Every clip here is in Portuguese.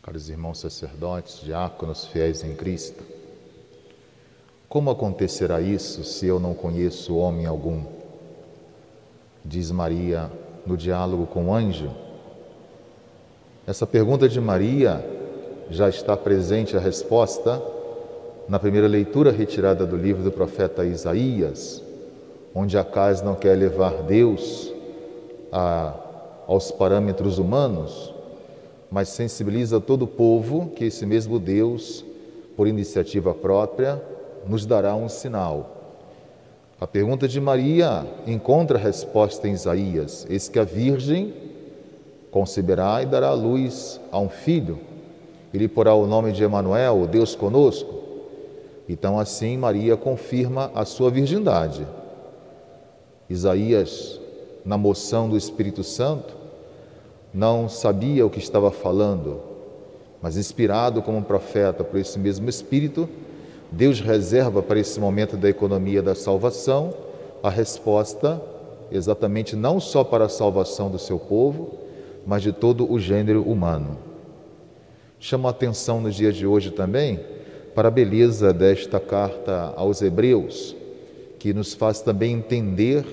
Caros irmãos sacerdotes, diáconos, fiéis em Cristo, como acontecerá isso se eu não conheço homem algum? Diz Maria no diálogo com o anjo. Essa pergunta de Maria já está presente a resposta na primeira leitura retirada do livro do profeta Isaías, onde Acais não quer levar Deus aos parâmetros humanos, mas sensibiliza todo o povo que esse mesmo Deus, por iniciativa própria, nos dará um sinal. A pergunta de Maria encontra resposta em Isaías: eis que a Virgem conceberá e dará à luz a um filho, e lhe porá o nome de Emanuel, o Deus conosco. Então assim Maria confirma a sua virgindade. Isaías, na moção do Espírito Santo, não sabia o que estava falando, mas inspirado como profeta por esse mesmo Espírito, Deus reserva para esse momento da economia da salvação a resposta exatamente não só para a salvação do seu povo, mas de todo o gênero humano. Chamo a atenção nos dias de hoje também para a beleza desta carta aos Hebreus, que nos faz também entender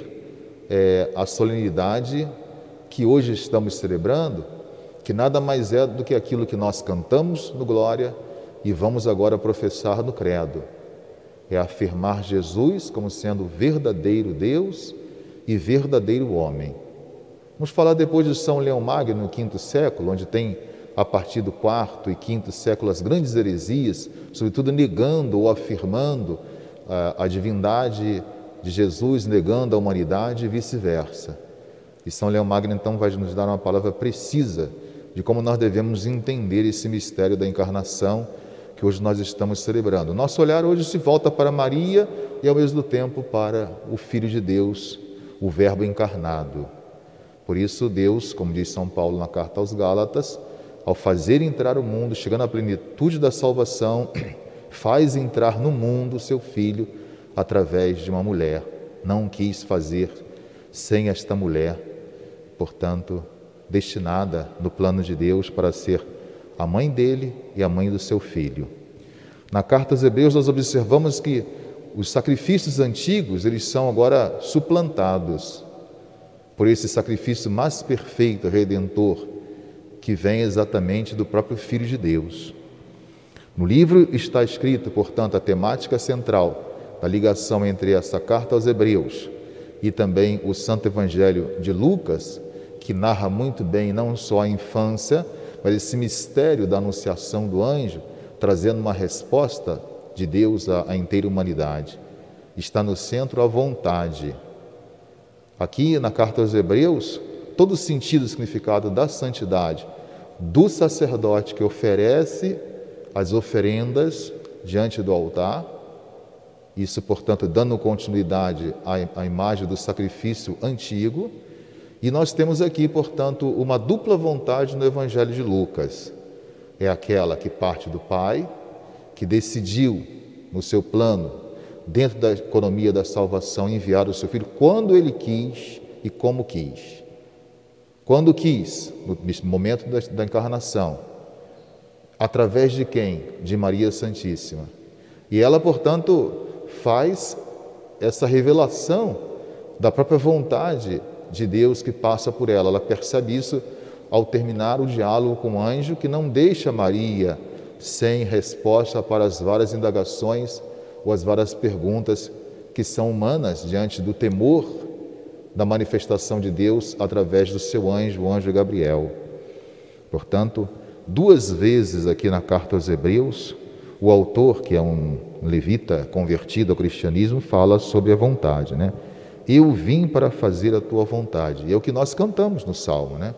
a solenidade que hoje estamos celebrando, que nada mais é do que aquilo que nós cantamos no Glória e vamos agora professar no Credo. É afirmar Jesus como sendo verdadeiro Deus e verdadeiro homem. Vamos falar depois de São Leão Magno, no V século, onde tem, a partir do IV e V século, as grandes heresias, sobretudo negando ou afirmando a divindade de Jesus, negando a humanidade e vice-versa. E São Leão Magno, então, vai nos dar uma palavra precisa de como nós devemos entender esse mistério da encarnação que hoje nós estamos celebrando. Nosso olhar hoje se volta para Maria e, ao mesmo tempo, para o Filho de Deus, o Verbo encarnado. Por isso, Deus, como diz São Paulo na carta aos Gálatas, ao fazer entrar o mundo, chegando à plenitude da salvação, faz entrar no mundo o seu Filho através de uma mulher. Não quis fazer sem esta mulher, portanto, destinada no plano de Deus para ser a mãe dele e a mãe do seu filho. Na carta aos Hebreus nós observamos que os sacrifícios antigos, eles são agora suplantados por esse sacrifício mais perfeito, redentor, que vem exatamente do próprio Filho de Deus. No livro está escrito, portanto, a temática central da ligação entre essa carta aos Hebreus e também o Santo Evangelho de Lucas, que narra muito bem não só a infância, mas esse mistério da anunciação do anjo, trazendo uma resposta de Deus à inteira humanidade. Está no centro a vontade. Aqui na carta aos Hebreus, todo o sentido e significado da santidade do sacerdote que oferece as oferendas diante do altar, isso, portanto, dando continuidade à imagem do sacrifício antigo. E nós temos aqui, portanto, uma dupla vontade no Evangelho de Lucas. É aquela que parte do Pai, que decidiu, no seu plano, dentro da economia da salvação, enviar o seu Filho quando Ele quis e como quis. Quando quis, no momento da encarnação, através de quem? De Maria Santíssima. E ela, portanto, faz essa revelação da própria vontade de Deus que passa por ela. Ela percebe isso ao terminar o diálogo com o anjo, que não deixa Maria sem resposta para as várias indagações ou as várias perguntas que são humanas diante do temor da manifestação de Deus através do seu anjo, o anjo Gabriel. Portanto, duas vezes aqui na carta aos Hebreus, o autor, que é um levita convertido ao cristianismo, fala sobre a vontade, né? Eu vim para fazer a tua vontade. E é o que nós cantamos no Salmo, né?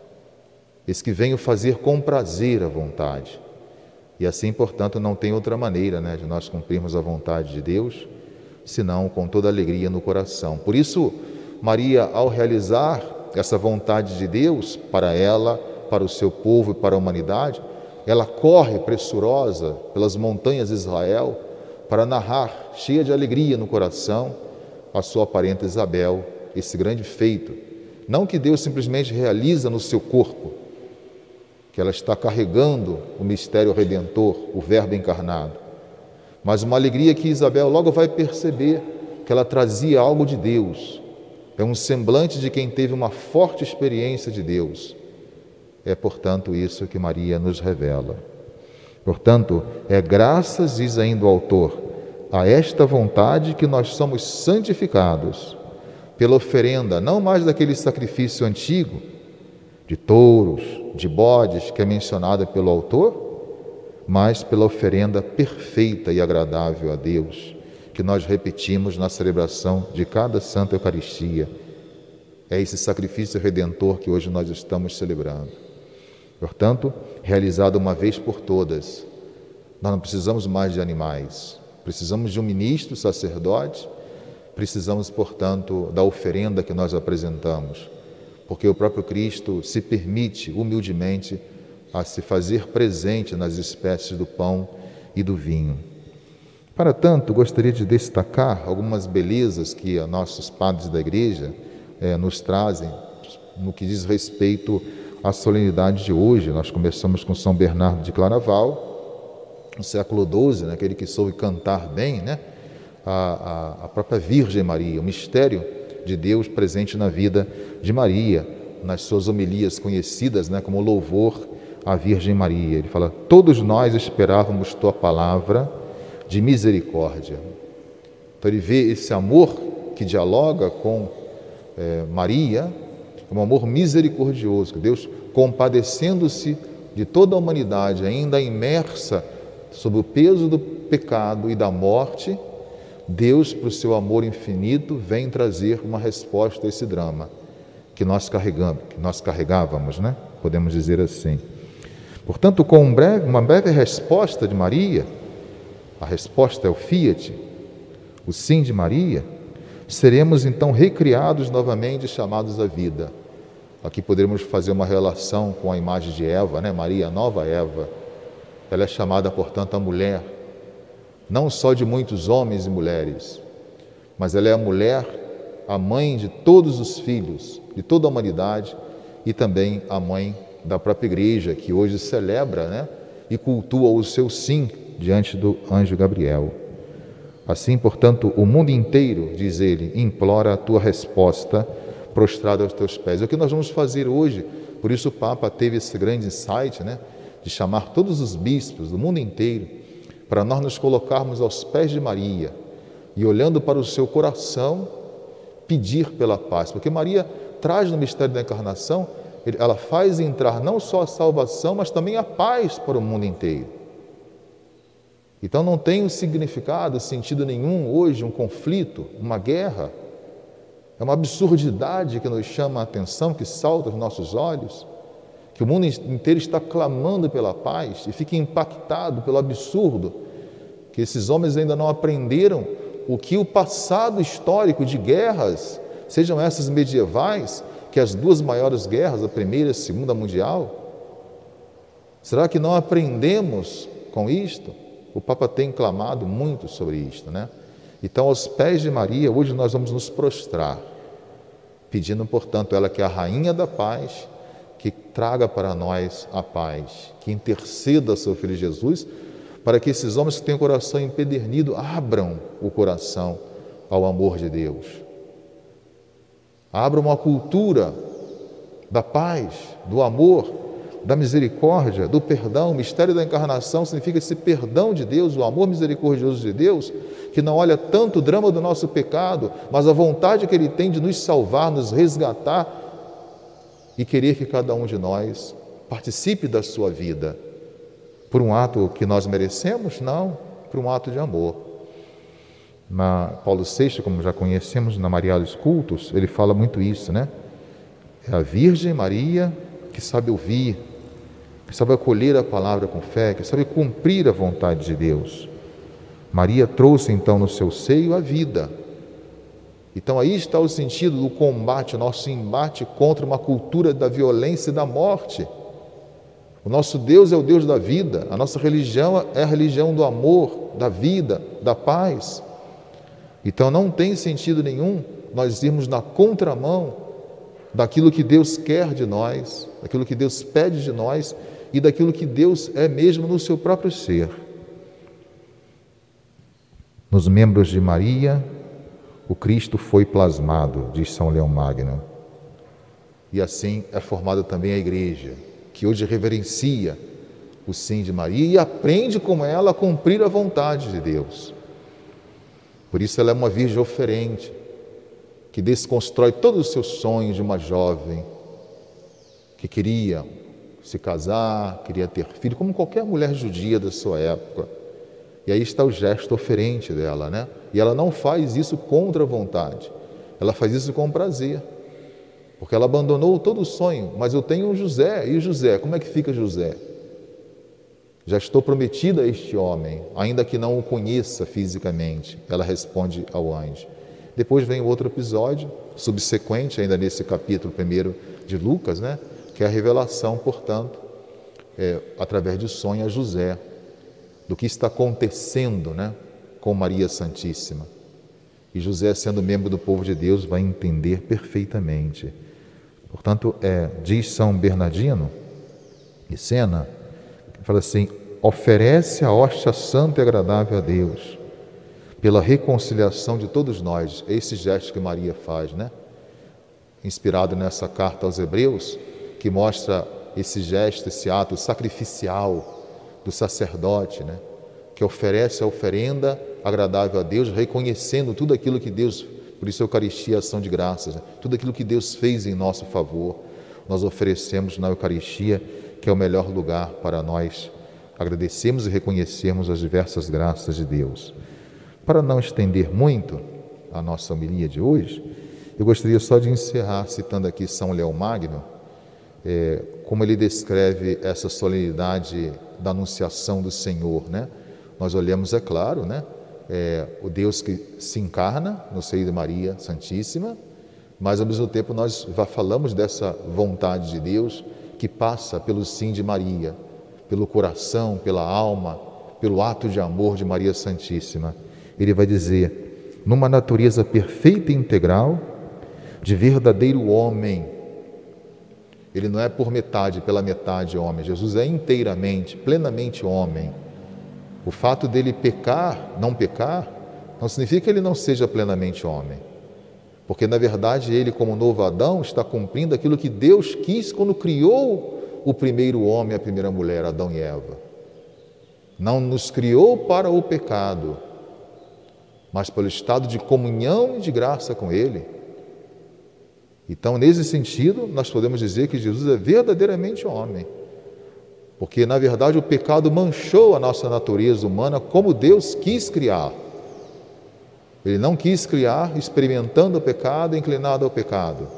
Esse que venho fazer com prazer a vontade. E assim, portanto, não tem outra maneira, né, de nós cumprirmos a vontade de Deus, senão com toda alegria no coração. Por isso, Maria, ao realizar essa vontade de Deus para ela, para o seu povo e para a humanidade, ela corre pressurosa pelas montanhas de Israel para narrar, cheia de alegria no coração, a sua parenta Isabel, esse grande feito. Não que Deus simplesmente realiza no seu corpo, que ela está carregando o mistério redentor, o Verbo encarnado, mas uma alegria que Isabel logo vai perceber que ela trazia algo de Deus. É um semblante de quem teve uma forte experiência de Deus. É, portanto, isso que Maria nos revela. Portanto, é graças, diz ainda o autor, a esta vontade que nós somos santificados, pela oferenda, não mais daquele sacrifício antigo, de touros, de bodes, que é mencionada pelo autor, mas pela oferenda perfeita e agradável a Deus, que nós repetimos na celebração de cada Santa Eucaristia. É esse sacrifício redentor que hoje nós estamos celebrando. Portanto, realizado uma vez por todas. Nós não precisamos mais de animais, precisamos de um ministro, sacerdote, precisamos, portanto, da oferenda que nós apresentamos, porque o próprio Cristo se permite humildemente a se fazer presente nas espécies do pão e do vinho. Para tanto, gostaria de destacar algumas belezas que nossos padres da Igreja nos trazem no que diz respeito à solenidade de hoje. Nós começamos com São Bernardo de Claraval, no século XII, aquele que soube cantar bem, a própria Virgem Maria, o mistério de Deus presente na vida de Maria, nas suas homilias conhecidas como louvor à Virgem Maria. Ele fala: todos nós esperávamos tua palavra de misericórdia. Então ele vê esse amor que dialoga com Maria, um amor misericordioso, que Deus, compadecendo-se de toda a humanidade, ainda imersa sob o peso do pecado e da morte, Deus, para o seu amor infinito, vem trazer uma resposta a esse drama que nós carregávamos, podemos dizer assim. Portanto, com uma breve resposta de Maria, a resposta é o fiat, o sim de Maria, seremos então recriados novamente, chamados à vida. Aqui poderemos fazer uma relação com a imagem de Eva, Maria, a nova Eva. Ela é chamada, portanto, a mulher, não só de muitos homens e mulheres, mas ela é a mulher, a mãe de todos os filhos, de toda a humanidade, e também a mãe da própria Igreja, que hoje celebra e cultua o seu sim diante do anjo Gabriel. Assim, portanto, o mundo inteiro, diz ele, implora a tua resposta, prostrado aos teus pés. É o que nós vamos fazer hoje. Por isso o Papa teve esse grande insight, de chamar todos os bispos do mundo inteiro, para nós nos colocarmos aos pés de Maria e, olhando para o seu coração, pedir pela paz. Porque Maria traz no mistério da encarnação, ela faz entrar não só a salvação, mas também a paz para o mundo inteiro. Então não tem significado, sentido nenhum hoje um conflito, uma guerra. É uma absurdidade que nos chama a atenção, que salta aos nossos olhos, que o mundo inteiro está clamando pela paz e fica impactado pelo absurdo, que esses homens ainda não aprenderam o que o passado histórico de guerras, sejam essas medievais, que as duas maiores guerras, a Primeira e a Segunda Mundial, será que não aprendemos com isto? O Papa tem clamado muito sobre isto, Então, aos pés de Maria, hoje nós vamos nos prostrar, pedindo, portanto, ela que é a Rainha da Paz, que traga para nós a paz, que interceda ao seu Filho Jesus, para que esses homens que têm o coração empedernido abram o coração ao amor de Deus. Abram uma cultura da paz, do amor, da misericórdia, do perdão. O mistério da encarnação significa esse perdão de Deus, o amor misericordioso de Deus, que não olha tanto o drama do nosso pecado, mas a vontade que Ele tem de nos salvar, nos resgatar e querer que cada um de nós participe da sua vida. Por um ato que nós merecemos? Não, por um ato de amor. Paulo VI, como já conhecemos na Marialis Cultus, ele fala muito isso, É a Virgem Maria que sabe ouvir, que sabe acolher a palavra com fé, que sabe cumprir a vontade de Deus. Maria trouxe então no seu seio a vida. Então aí está o sentido do combate, o nosso embate contra uma cultura da violência e da morte. O nosso Deus é o Deus da vida, a nossa religião é a religião do amor, da vida, da paz. Então não tem sentido nenhum nós irmos na contramão daquilo que Deus quer de nós, daquilo que Deus pede de nós, e daquilo que Deus é mesmo no seu próprio ser. Nos membros de Maria, o Cristo foi plasmado, diz São Leão Magno. E assim é formada também a Igreja, que hoje reverencia o sim de Maria e aprende com ela a cumprir a vontade de Deus. Por isso ela é uma virgem oferente, que desconstrói todos os seus sonhos de uma jovem que queria se casar, queria ter filho, como qualquer mulher judia da sua época. E aí está o gesto oferente dela, né? E ela não faz isso contra a vontade, ela faz isso com prazer, porque ela abandonou todo o sonho. Mas eu tenho um José, e José, como é que fica José? Já estou prometida a este homem, ainda que não o conheça fisicamente, ela responde ao anjo. Depois vem outro episódio, subsequente, ainda nesse capítulo 1 de Lucas, né? Que é a revelação, portanto, através do sonho a José, do que está acontecendo, né, com Maria Santíssima. E José, sendo membro do povo de Deus, vai entender perfeitamente. Portanto, diz São Bernardino de Sena, fala assim: oferece a hóstia santa e agradável a Deus, pela reconciliação de todos nós. É esse gesto que Maria faz, né? Inspirado nessa carta aos Hebreus, que mostra esse gesto, esse ato sacrificial do sacerdote, né? Que oferece a oferenda agradável a Deus, reconhecendo tudo aquilo que Deus, por isso a Eucaristia é ação de graças, né? Tudo aquilo que Deus fez em nosso favor, nós oferecemos na Eucaristia, que é o melhor lugar para nós agradecermos e reconhecermos as diversas graças de Deus. Para não estender muito a nossa homilia de hoje, eu gostaria só de encerrar citando aqui São Leão Magno, como ele descreve essa solenidade da Anunciação do Senhor, né? Nós olhamos, é claro, né? O Deus que se encarna no seio de Maria Santíssima, mas ao mesmo tempo nós falamos dessa vontade de Deus que passa pelo sim de Maria, pelo coração, pela alma, pelo ato de amor de Maria Santíssima. Ele vai dizer: numa natureza perfeita e integral, de verdadeiro homem. Ele não é por metade, pela metade homem. Jesus é inteiramente, plenamente homem. O fato dele não pecar, não significa que ele não seja plenamente homem. Porque, na verdade, ele, como novo Adão, está cumprindo aquilo que Deus quis quando criou o primeiro homem e a primeira mulher, Adão e Eva. Não nos criou para o pecado, mas pelo estado de comunhão e de graça com Ele. Então, nesse sentido, nós podemos dizer que Jesus é verdadeiramente homem. Porque, na verdade, o pecado manchou a nossa natureza humana como Deus quis criar. Ele não quis criar experimentando o pecado, inclinado ao pecado.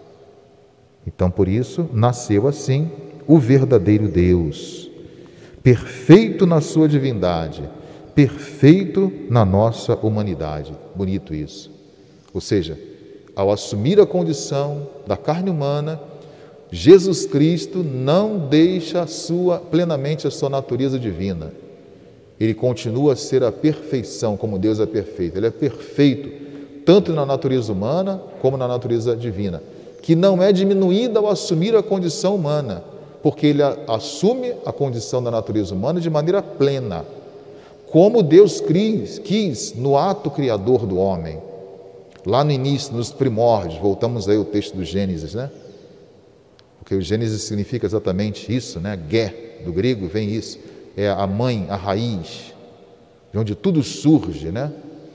Então, por isso, nasceu assim o verdadeiro Deus, perfeito na sua divindade, perfeito na nossa humanidade. Bonito isso. Ou seja, ao assumir a condição da carne humana, Jesus Cristo não deixa plenamente a sua natureza divina. Ele continua a ser a perfeição, como Deus é perfeito. Ele é perfeito, tanto na natureza humana como na natureza divina, que não é diminuída ao assumir a condição humana, porque ele assume a condição da natureza humana de maneira plena, como Deus quis no ato criador do homem. Lá no início, nos primórdios, voltamos aí ao texto do Gênesis, né? Porque o Gênesis significa exatamente isso, né? Gé, do grego, vem isso. É a mãe, a raiz, de onde tudo surge, né?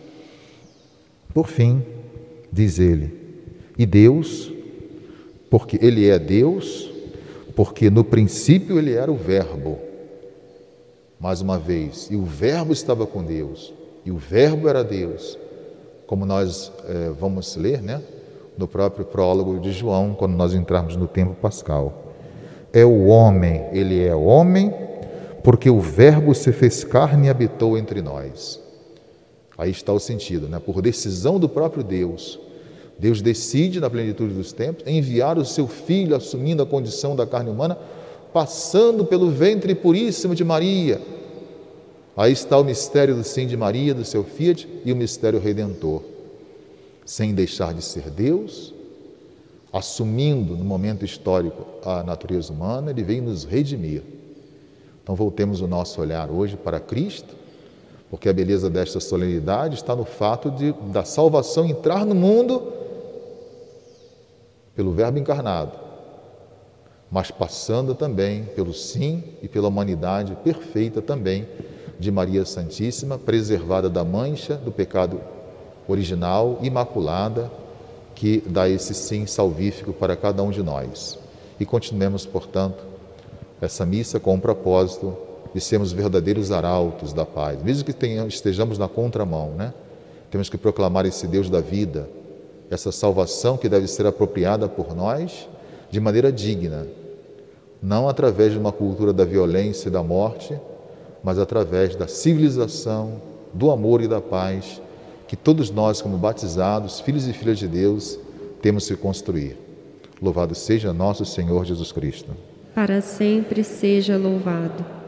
Por fim, diz ele, e Deus, porque Ele é Deus, porque no princípio Ele era o Verbo. Mais uma vez, e o Verbo estava com Deus, e o Verbo era Deus, como nós vamos ler, né? No próprio prólogo de João, quando nós entrarmos no tempo pascal. É o homem, ele é homem, porque o Verbo se fez carne e habitou entre nós. Aí está o sentido, né? Por decisão do próprio Deus, Deus decide, na plenitude dos tempos, enviar o seu Filho, assumindo a condição da carne humana, passando pelo ventre puríssimo de Maria. Aí está o mistério do sim de Maria, do seu Fiat, e o mistério redentor. Sem deixar de ser Deus, assumindo no momento histórico a natureza humana, Ele veio nos redimir. Então voltemos o nosso olhar hoje para Cristo, porque a beleza desta solenidade está no fato da salvação entrar no mundo pelo Verbo encarnado, mas passando também pelo sim e pela humanidade perfeita também de Maria Santíssima, preservada da mancha do pecado original, imaculada, que dá esse sim salvífico para cada um de nós. E continuemos, portanto, essa missa com o propósito de sermos verdadeiros arautos da paz, mesmo que estejamos na contramão, né? Temos que proclamar esse Deus da vida, essa salvação que deve ser apropriada por nós de maneira digna, não através de uma cultura da violência e da morte, mas através da civilização, do amor e da paz, que todos nós, como batizados, filhos e filhas de Deus, temos que construir. Louvado seja nosso Senhor Jesus Cristo. Para sempre seja louvado.